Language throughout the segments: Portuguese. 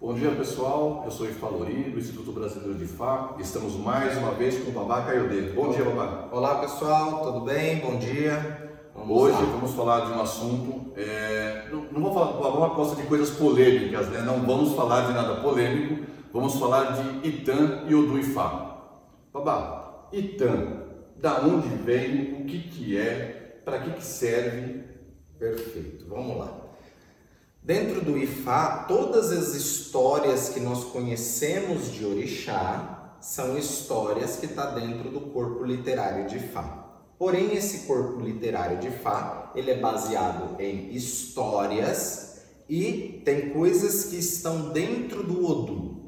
Bom dia pessoal, eu sou Ifá Lori, do Instituto Brasileiro de Ifá. Estamos mais uma vez com o Babá Kayode. Bom dia, Babá. Olá pessoal, tudo bem? Bom dia. Hoje vamos falar de um assunto, não vou falar, o Babá gosta de coisas polêmicas, né? Não vamos falar de nada polêmico, vamos falar de Itã e Odu Ifá. Babá, Itã, da onde vem, o que é, para que serve? Perfeito, vamos lá. Dentro do Ifá, todas as histórias que nós conhecemos de Orixá são histórias que estão dentro do corpo literário de Ifá. Porém, esse corpo literário de Ifá, ele é baseado em histórias e tem coisas que estão dentro do Odu.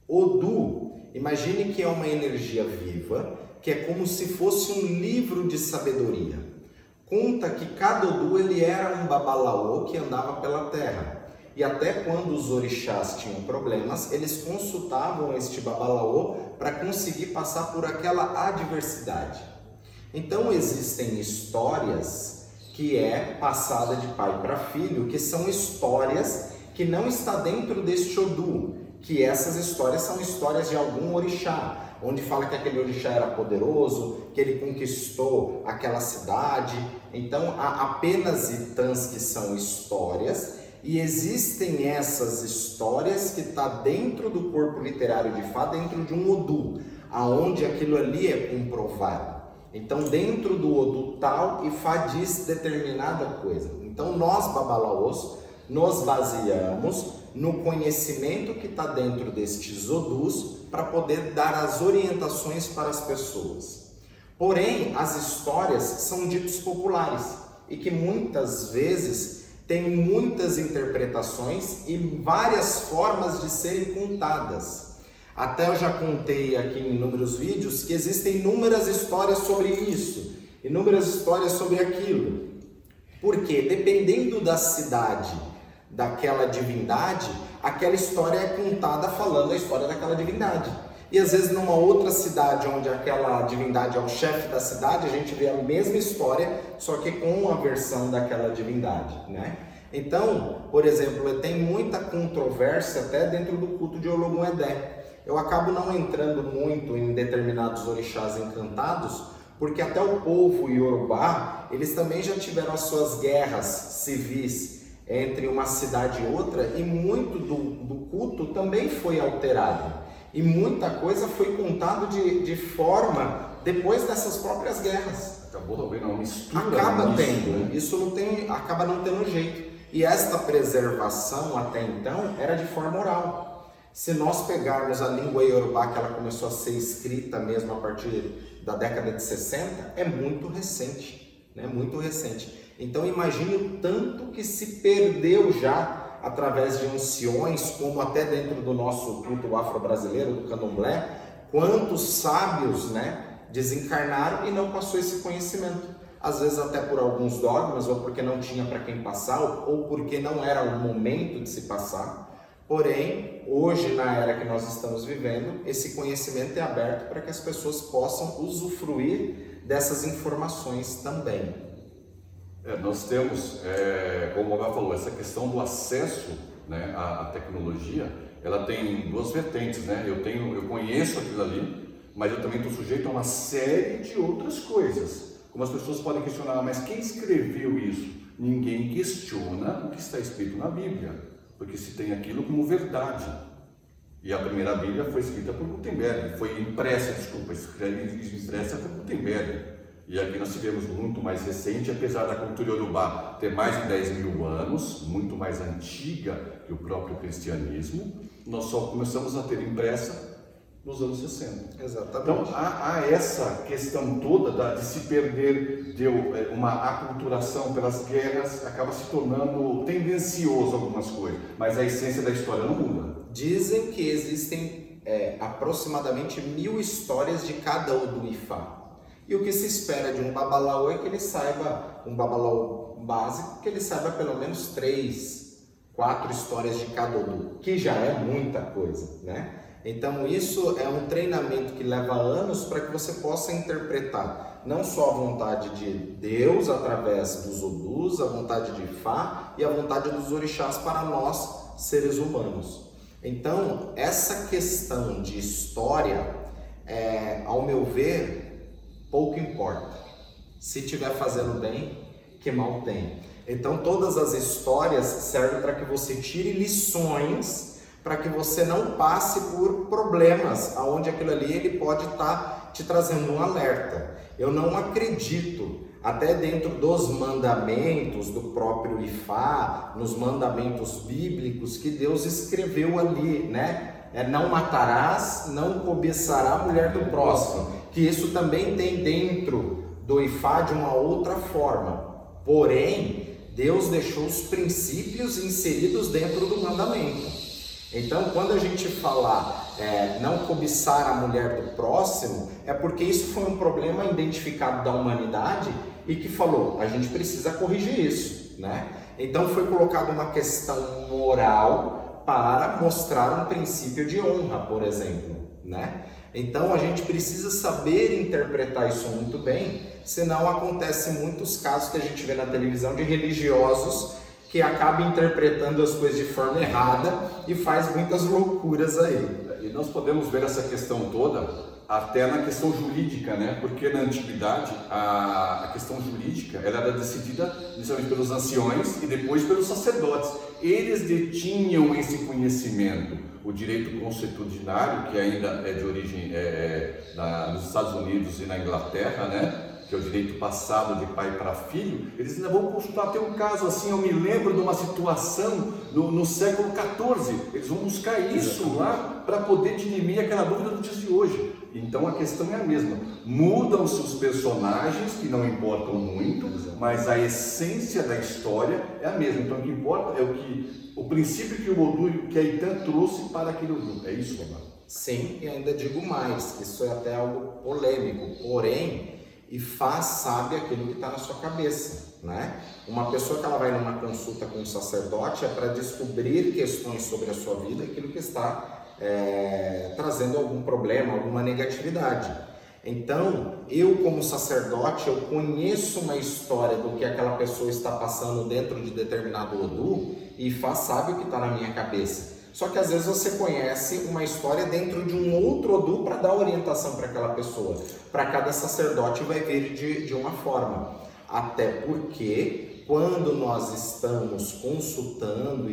Odu, imagine que é uma energia viva, que é como se fosse um livro de sabedoria. Conta que cada Odu ele era um babalaô que andava pela terra. E até quando os orixás tinham problemas, eles consultavam este babalaô para conseguir passar por aquela adversidade. Então existem histórias que é passada de pai para filho, que são histórias que não está dentro deste Odu, que essas histórias são histórias de algum orixá, onde fala que aquele orixá era poderoso, que ele conquistou aquela cidade. Então há apenas Itãs que são histórias, e existem essas histórias que está dentro do corpo literário de Ifá, dentro de um Odu, aonde aquilo ali é comprovado. Então dentro do Odu tal, Ifá diz determinada coisa. Então nós babalaôs nos baseamos no conhecimento que está dentro destes Odus para poder dar as orientações para as pessoas. Porém, as histórias são ditos populares e que muitas vezes têm muitas interpretações e várias formas de serem contadas. Até eu já contei aqui em inúmeros vídeos que existem inúmeras histórias sobre isso, inúmeras histórias sobre aquilo. Porque dependendo da cidade, daquela divindade, aquela história é contada falando a história daquela divindade. E às vezes numa outra cidade onde aquela divindade é o chefe da cidade, a gente vê a mesma história, só que com uma versão daquela divindade, né? Então, por exemplo, tem muita controvérsia até dentro do culto de Ologun-Edé. Eu acabo não entrando muito em determinados orixás encantados, porque até o povo Yorubá, eles também já tiveram as suas guerras civis entre uma cidade e outra, e muito do culto também foi alterado. E muita coisa foi contado de forma depois dessas próprias guerras. Acabou talvez uma mistura. Acaba tendo, né? isso não tem, acaba não tendo jeito. E esta preservação até então era de forma oral. Se nós pegarmos a língua Yorubá, que ela começou a ser escrita mesmo a partir da década de 60, é muito recente, né? Muito recente. Então imagine o tanto que se perdeu já através de anciões, como até dentro do nosso culto afro-brasileiro, do candomblé, quantos sábios, né, desencarnaram e não passou esse conhecimento. Às vezes até por alguns dogmas, ou porque não tinha para quem passar, ou porque não era o momento de se passar. Porém, hoje, na era que nós estamos vivendo, esse conhecimento é aberto para que as pessoas possam usufruir dessas informações também. Nós temos, como o Babá falou, essa questão do acesso, né, à tecnologia, ela tem duas vertentes, né? Eu conheço aquilo ali, mas eu também estou sujeito a uma série de outras coisas. Como as pessoas podem questionar, mas quem escreveu isso? Ninguém questiona o que está escrito na Bíblia, porque se tem aquilo como verdade. E a primeira Bíblia foi escrita por Gutenberg, foi impressa por Gutenberg. E aqui nós tivemos muito mais recente, apesar da cultura Yorubá ter mais de 10 mil anos, muito mais antiga que o próprio cristianismo, nós só começamos a ter impressa nos anos 60. Exatamente. Então há essa questão toda de se perder, de uma aculturação pelas guerras, acaba se tornando tendencioso algumas coisas, mas a essência da história não muda. Dizem que existem aproximadamente 1000 histórias de cada Odu Ifá. E o que se espera de um babalaô é que ele saiba, um babalaô básico, que ele saiba pelo menos 3, 4 histórias de cada Odu, que já é muita coisa, né? Então isso é um treinamento que leva anos para que você possa interpretar não só a vontade de Deus através dos Odus, a vontade de Ifá e a vontade dos orixás para nós, seres humanos. Então, essa questão de história, ao meu ver, pouco importa. Se estiver fazendo bem, que mal tem. Então, todas as histórias servem para que você tire lições, para que você não passe por problemas, aonde aquilo ali ele pode estar te trazendo um alerta. Eu não acredito, até dentro dos mandamentos do próprio IFA, nos mandamentos bíblicos que Deus escreveu ali, né? Não matarás, não cobiçará a mulher do próximo, que isso também tem dentro do IFA de uma outra forma. Porém, Deus deixou os princípios inseridos dentro do mandamento. Então, quando a gente falar não cobiçar a mulher do próximo, é porque isso foi um problema identificado da humanidade e que falou, a gente precisa corrigir isso, né? Então, foi colocada uma questão moral para mostrar um princípio de honra, por exemplo, né? Então, a gente precisa saber interpretar isso muito bem, senão acontece muitos casos que a gente vê na televisão de religiosos que acabam interpretando as coisas de forma errada e faz muitas loucuras aí. E nós podemos ver essa questão toda até na questão jurídica, né? Porque na antiguidade a questão jurídica ela era decidida inicialmente pelos anciões e depois pelos sacerdotes. Eles detinham esse conhecimento. O direito consuetudinário, que ainda é de origem nos Estados Unidos e na Inglaterra, né? Que é o direito passado de pai para filho, eles ainda vão consultar. Tem um caso assim, eu me lembro de uma situação no século XIV, eles vão buscar isso lá para poder dirimir aquela dúvida dos dias de hoje. Então a questão é a mesma, mudam-se os personagens que não importam muito, mas a essência da história é a mesma. Então o que importa é o princípio que o Odu, que a Eitan trouxe para aquele Odu. É isso, Babá? Sim, e ainda digo mais, isso é até algo polêmico, porém IFA sabe aquilo que está na sua cabeça, né? Uma pessoa que ela vai numa consulta com um sacerdote é para descobrir questões sobre a sua vida, aquilo que está trazendo algum problema, alguma negatividade. Então, eu como sacerdote, eu conheço uma história do que aquela pessoa está passando dentro de determinado Odu e IFA sabe o que está na minha cabeça. Só que às vezes você conhece uma história dentro de um outro Odu para dar orientação para aquela pessoa. Para cada sacerdote vai vir de uma forma. Até porque quando nós estamos consultando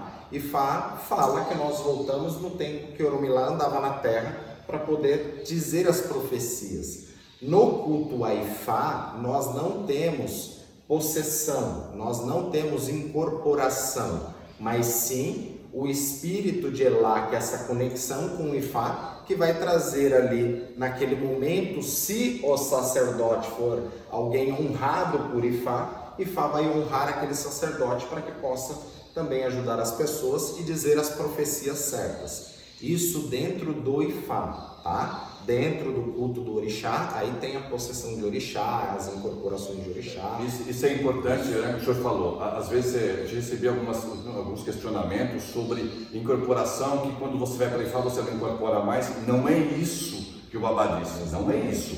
IFA fala que nós voltamos no tempo que Orumilá andava na terra para poder dizer as profecias. No culto a IFA nós não temos possessão, nós não temos incorporação, mas sim o espírito de Elá, que é essa conexão com o IFA, que vai trazer ali, naquele momento, se o sacerdote for alguém honrado por IFA vai honrar aquele sacerdote para que possa também ajudar as pessoas e dizer as profecias certas. Isso dentro do IFA, tá? Dentro do culto do orixá, aí tem a possessão de orixá, as incorporações de orixá. Isso é importante, né, que o senhor falou. Às vezes a gente recebia alguns questionamentos sobre incorporação, que quando você vai para IFA você não incorpora mais. Não é isso que o Babá disse, não é isso.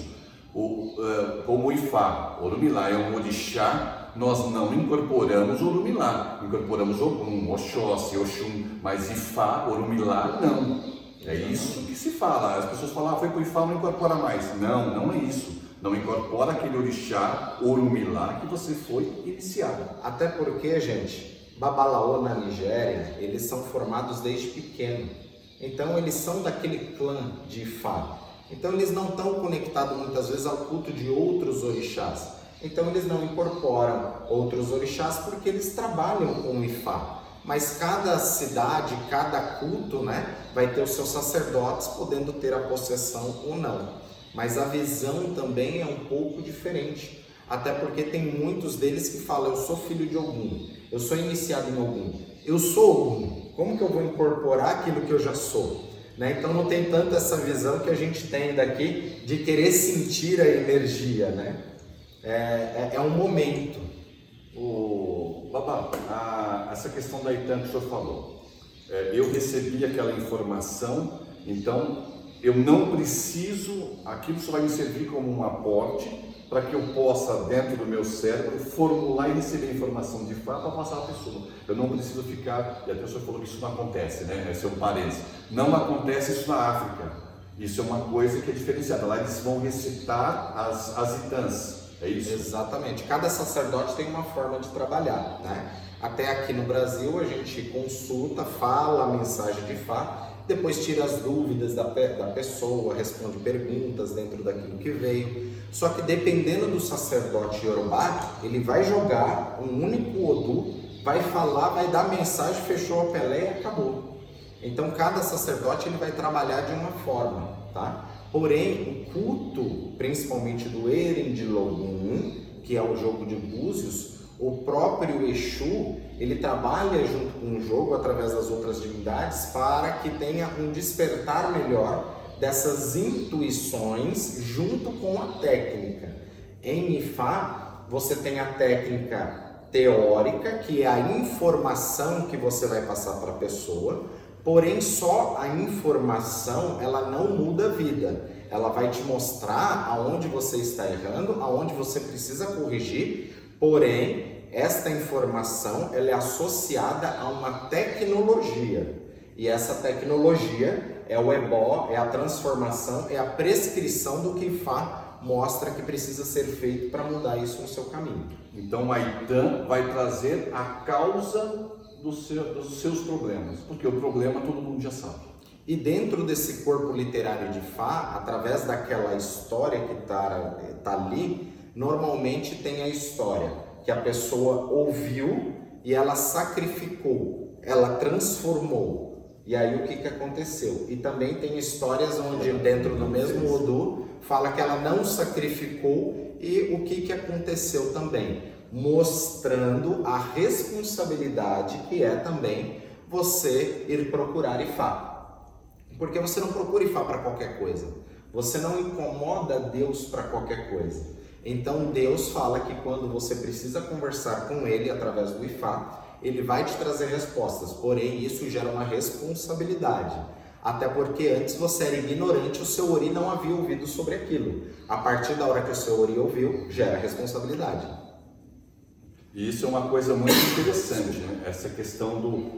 Como o IFA, Orumilá é um orixá, nós não incorporamos Orumilá, incorporamos Ogum, Oxóssi, Oxum, mas IFA, Orumilá, não. É isso que se fala. As pessoas falam, foi para o IFA, não incorpora mais. Não, não é isso. Não incorpora aquele orixá, Orumilá, que você foi iniciado. Até porque, gente, Babalaô na Nigéria, eles são formados desde pequeno. Então, eles são daquele clã de IFA. Então, eles não estão conectados muitas vezes ao culto de outros orixás. Então, eles não incorporam outros orixás porque eles trabalham com o IFA. Mas cada cidade, cada culto, né, vai ter os seus sacerdotes podendo ter a possessão ou não. Mas a visão também é um pouco diferente. Até porque tem muitos deles que falam, eu sou filho de Ogum, eu sou iniciado em Ogum, eu sou Ogum, como que eu vou incorporar aquilo que eu já sou? Né? Então não tem tanto essa visão que a gente tem daqui de querer sentir a energia, né? É um momento. Babá, essa questão da Eitan que o senhor falou, eu recebi aquela informação, então eu não preciso, aquilo só vai me servir como um aporte para que eu possa, dentro do meu cérebro, formular e receber informação de fato para passar à pessoa. Eu não preciso ficar, e a pessoa falou que isso não acontece, né? Esse é um parênteses. Não acontece isso na África. Isso é uma coisa que é diferenciada. Lá eles vão recitar as itãs. É isso? Exatamente. Cada sacerdote tem uma forma de trabalhar, né? Até aqui no Brasil a gente consulta, fala a mensagem de Ifá, depois tira as dúvidas da pessoa, responde perguntas dentro daquilo que veio. Só que dependendo do sacerdote Yorubá, ele vai jogar um único Odu, vai falar, vai dar mensagem, fechou a Pelé e acabou. Então cada sacerdote ele vai trabalhar de uma forma, tá? Porém, o culto, principalmente do Eren de Logum, que é o jogo de búzios, o próprio Exu, ele trabalha junto com o jogo, através das outras divindades, para que tenha um despertar melhor dessas intuições junto com a técnica. Em Ifá, você tem a técnica teórica, que é a informação que você vai passar para a pessoa, porém só a informação, ela não muda a vida. Ela vai te mostrar aonde você está errando, aonde você precisa corrigir, porém esta informação ela é associada a uma tecnologia. E essa tecnologia é o ebó, é a transformação, é a prescrição do que Ifá mostra que precisa ser feito para mudar isso no seu caminho. Então a Itã vai trazer a causa dos seus problemas, porque o problema todo mundo já sabe. E dentro desse corpo literário de Ifá, através daquela história que tá ali, normalmente tem a história que a pessoa ouviu e ela sacrificou, ela transformou. E aí o que aconteceu? E também tem histórias onde dentro do mesmo Odu fala que ela não sacrificou e o que aconteceu também, mostrando a responsabilidade que é também você ir procurar Ifá. Porque você não procura Ifá para qualquer coisa. Você não incomoda Deus para qualquer coisa. Então Deus fala que quando você precisa conversar com Ele através do Ifá, Ele vai te trazer respostas. Porém, isso gera uma responsabilidade. Até porque antes você era ignorante, o seu Ori não havia ouvido sobre aquilo. A partir da hora que o seu Ori ouviu, gera responsabilidade. E isso é uma coisa muito interessante, né? Essa questão do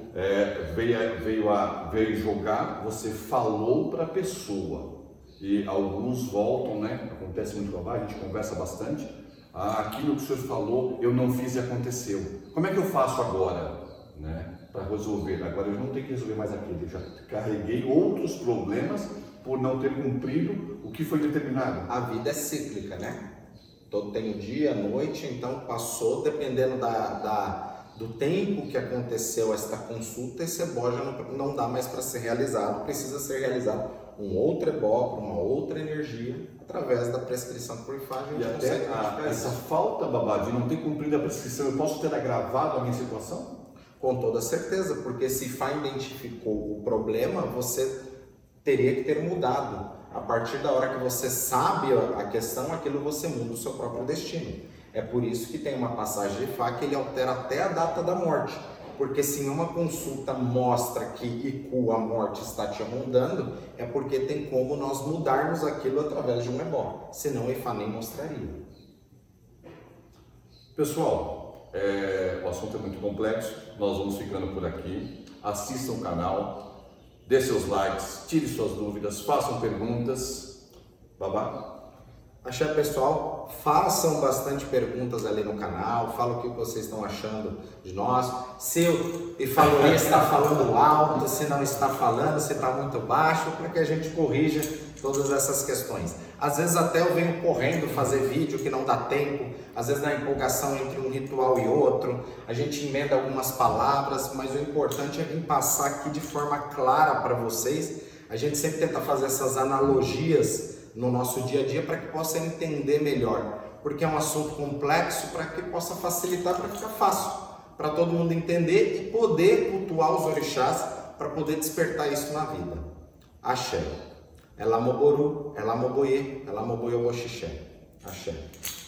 veio jogar, você falou para a pessoa. E alguns voltam, né? Acontece muito lá, a gente conversa bastante. Aquilo que o senhor falou, eu não fiz e aconteceu. Como é que eu faço agora, né? Para resolver? Agora eu não tenho que resolver mais aquilo. Eu já carreguei outros problemas por não ter cumprido o que foi determinado. A vida é cíclica, né? Todo tem dia, noite, então passou, dependendo do tempo que aconteceu esta consulta, esse ebó já não dá mais para ser realizado, precisa ser realizado um outro ebó, para uma outra energia, através da prescrição por Ifá. E até essa falta, Babá, de não ter cumprido a prescrição, eu posso ter agravado a minha situação? Com toda certeza, porque se Ifá identificou o problema, você teria que ter mudado. A partir da hora que você sabe a questão, aquilo você muda o seu próprio destino. É por isso que tem uma passagem de Ifá que ele altera até a data da morte. Porque se em uma consulta mostra que Iku, a morte, está te rondando, é porque tem como nós mudarmos aquilo através de um ebó. Senão Ifá nem mostraria. Pessoal, o assunto é muito complexo, nós vamos ficando por aqui. Assistam o canal. Dê seus likes, tire suas dúvidas, façam perguntas. Babá? Axé, pessoal, façam bastante perguntas ali no canal, falam o que vocês estão achando de nós. Se o Ifalori está falando alto, se não está falando, se está muito baixo, para que a gente corrija todas essas questões. Às vezes até eu venho correndo fazer vídeo que não dá tempo, às vezes na empolgação entre um ritual e outro, a gente emenda algumas palavras, mas o importante é vir passar aqui de forma clara para vocês. A gente sempre tenta fazer essas analogias no nosso dia a dia para que possa entender melhor, porque é um assunto complexo, para que possa facilitar, para ficar fácil, para todo mundo entender e poder cultuar os orixás, para poder despertar isso na vida. Axé. Elamoboru, Elamoboye, Elamoboye Oxixé. Axé.